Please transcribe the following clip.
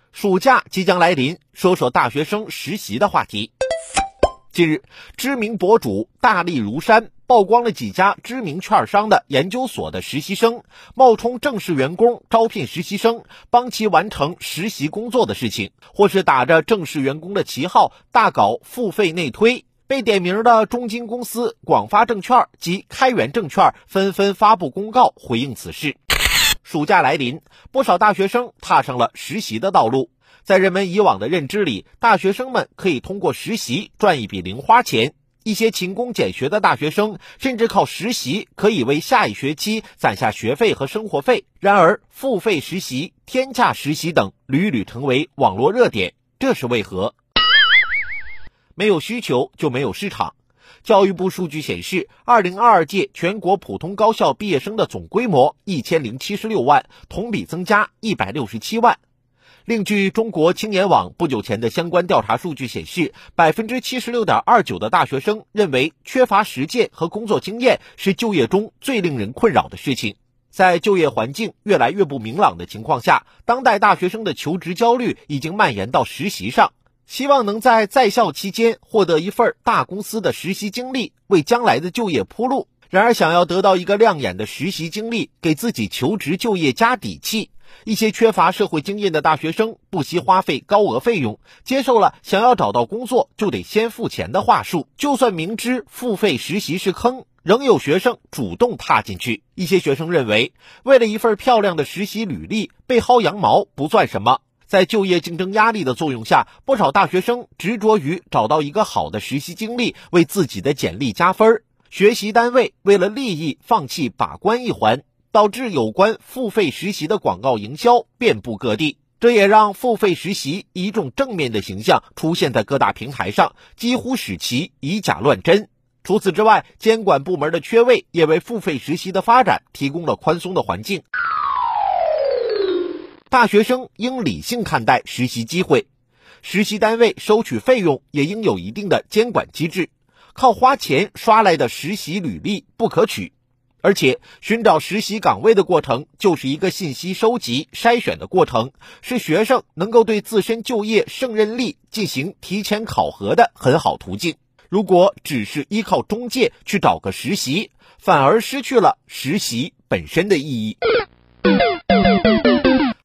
暑假即将来临，说说大学生实习的话题。近日，知名博主大力如山曝光了几家知名券商的研究所的实习生冒充正式员工招聘实习生，帮其完成实习工作的事情，或是打着正式员工的旗号大搞付费内推。被点名的中金公司、广发证券及开源证券纷纷发布公告回应此事。暑假来临，不少大学生踏上了实习的道路。在人们以往的认知里，大学生们可以通过实习赚一笔零花钱。一些勤工俭学的大学生甚至靠实习可以为下一学期攒下学费和生活费。然而，付费实习、天价实习等屡屡成为网络热点，这是为何？没有需求就没有市场。教育部数据显示，2022届全国普通高校毕业生的总规模1076万，同比增加167万。另据中国青年网不久前的相关调查数据显示，76.29%的大学生认为缺乏实践和工作经验是就业中最令人困扰的事情。在就业环境越来越不明朗的情况下，当代大学生的求职焦虑已经蔓延到实习上，希望能在校期间获得一份大公司的实习经历，为将来的就业铺路。然而，想要得到一个亮眼的实习经历，给自己求职就业加底气，一些缺乏社会经验的大学生不惜花费高额费用，接受了想要找到工作就得先付钱的话术。就算明知付费实习是坑，仍有学生主动踏进去。一些学生认为，为了一份漂亮的实习履历，被薅羊毛不算什么。在就业竞争压力的作用下，不少大学生执着于找到一个好的实习经历，为自己的简历加分。学习单位为了利益放弃把关一环，导致有关付费实习的广告营销遍布各地。这也让付费实习以一种正面的形象出现在各大平台上，几乎使其以假乱真。除此之外，监管部门的缺位也为付费实习的发展提供了宽松的环境。大学生应理性看待实习机会，实习单位收取费用也应有一定的监管机制，靠花钱刷来的实习履历不可取。而且，寻找实习岗位的过程就是一个信息收集、筛选的过程，是学生能够对自身就业胜任力进行提前考核的很好途径。如果只是依靠中介去找个实习，反而失去了实习本身的意义。